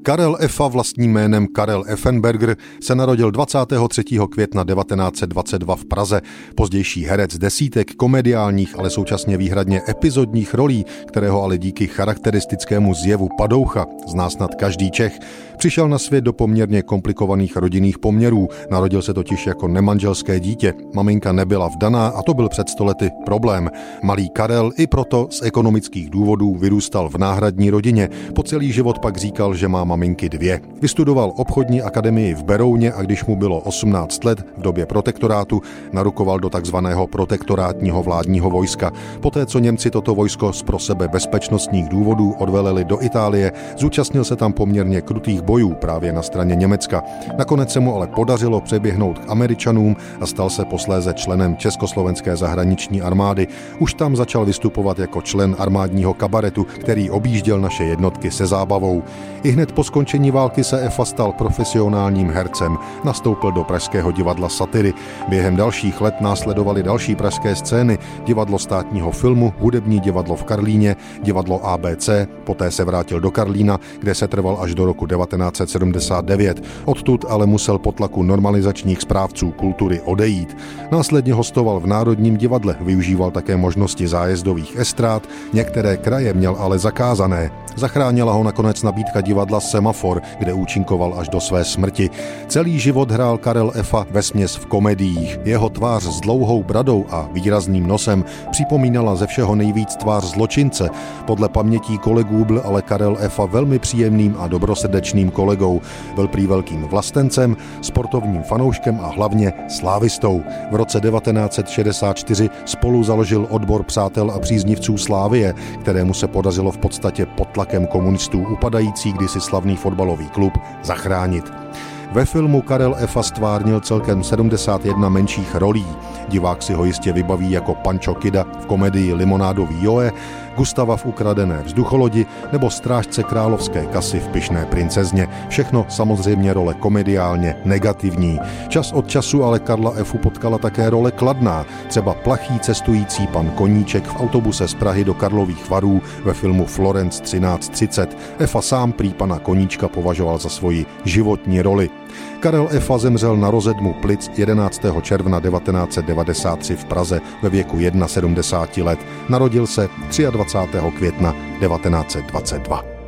Karel Effa, vlastním jménem Karel Effenberger, se narodil 23. května 1922 v Praze. Pozdější herec desítek komediálních, ale současně výhradně epizodních rolí, kterého ale díky charakteristickému zjevu padoucha zná snad každý Čech, přišel na svět do poměrně komplikovaných rodinných poměrů. Narodil se totiž jako nemanželské dítě. Maminka nebyla vdaná a to byl před 100 lety problém. Malý Karel i proto z ekonomických důvodů vyrůstal v náhradní rodině. Po celý život pak říkal, že má maminky 2. Vystudoval obchodní akademii v Berouně a když mu bylo 18 let v době protektorátu, narukoval do takzvaného protektorátního vládního vojska. Poté, co Němci toto vojsko z pro sebe bezpečnostních důvodů odveleli do Itálie, zúčastnil se tam poměrně krutých bojů právě na straně Německa. Nakonec se mu ale podařilo přeběhnout k Američanům a stal se posléze členem Československé zahraniční armády. Už tam začal vystupovat jako člen armádního kabaretu, který objížděl naše jednotky se zábavou. Ihned po skončení války se Effa stal profesionálním hercem. Nastoupil do pražského divadla Satyry. Během dalších let následovaly další pražské scény, divadlo Státního filmu, hudební divadlo v Karlíně, divadlo ABC, poté se vrátil do Karlína, kde se trval až do roku 1979. Odtud ale musel po tlaku normalizačních správců kultury odejít. Následně hostoval v Národním divadle, využíval také možnosti zájezdových estrád, některé kraje měl ale zakázané. Zachránila ho nakonec nabídka divadla Semafor, kde účinkoval až do své smrti. Celý život hrál Karel Effa vesměs v komediích. Jeho tvář s dlouhou bradou a výrazným nosem připomínala ze všeho nejvíc tvář zločince. Podle pamětí kolegů byl ale Karel Effa velmi příjemným a dobrosrdečným kolegou. Byl prý velkým vlastencem, sportovním fanouškem a hlavně slávistou. V roce 1964 spolu založil odbor přátel a příznivců Slavie, kterému se podařilo v podstatě pod tlakem komunistů upadající kdysi slavný fotbalový klub zachránit. Ve filmu Karel Effa stvárnil celkem 71 menších rolí. Divák si ho jistě vybaví jako Pancho Kida v komedii Limonádový Joe, Gustava v Ukradené vzducholodi nebo strážce královské kasy v Pyšné princezně. Všechno samozřejmě role komediálně negativní. Čas od času ale Karla Effu potkala také role kladná, třeba plachý cestující pan Koníček v autobuse z Prahy do Karlových Varů ve filmu Florence 1330. Effa sám prý pana Koníčka považoval za svoji životní roli. Karel Effa zemřel na rozedmu plic 11. června 1993 v Praze ve věku 71 let. Narodil se 23. května 1922.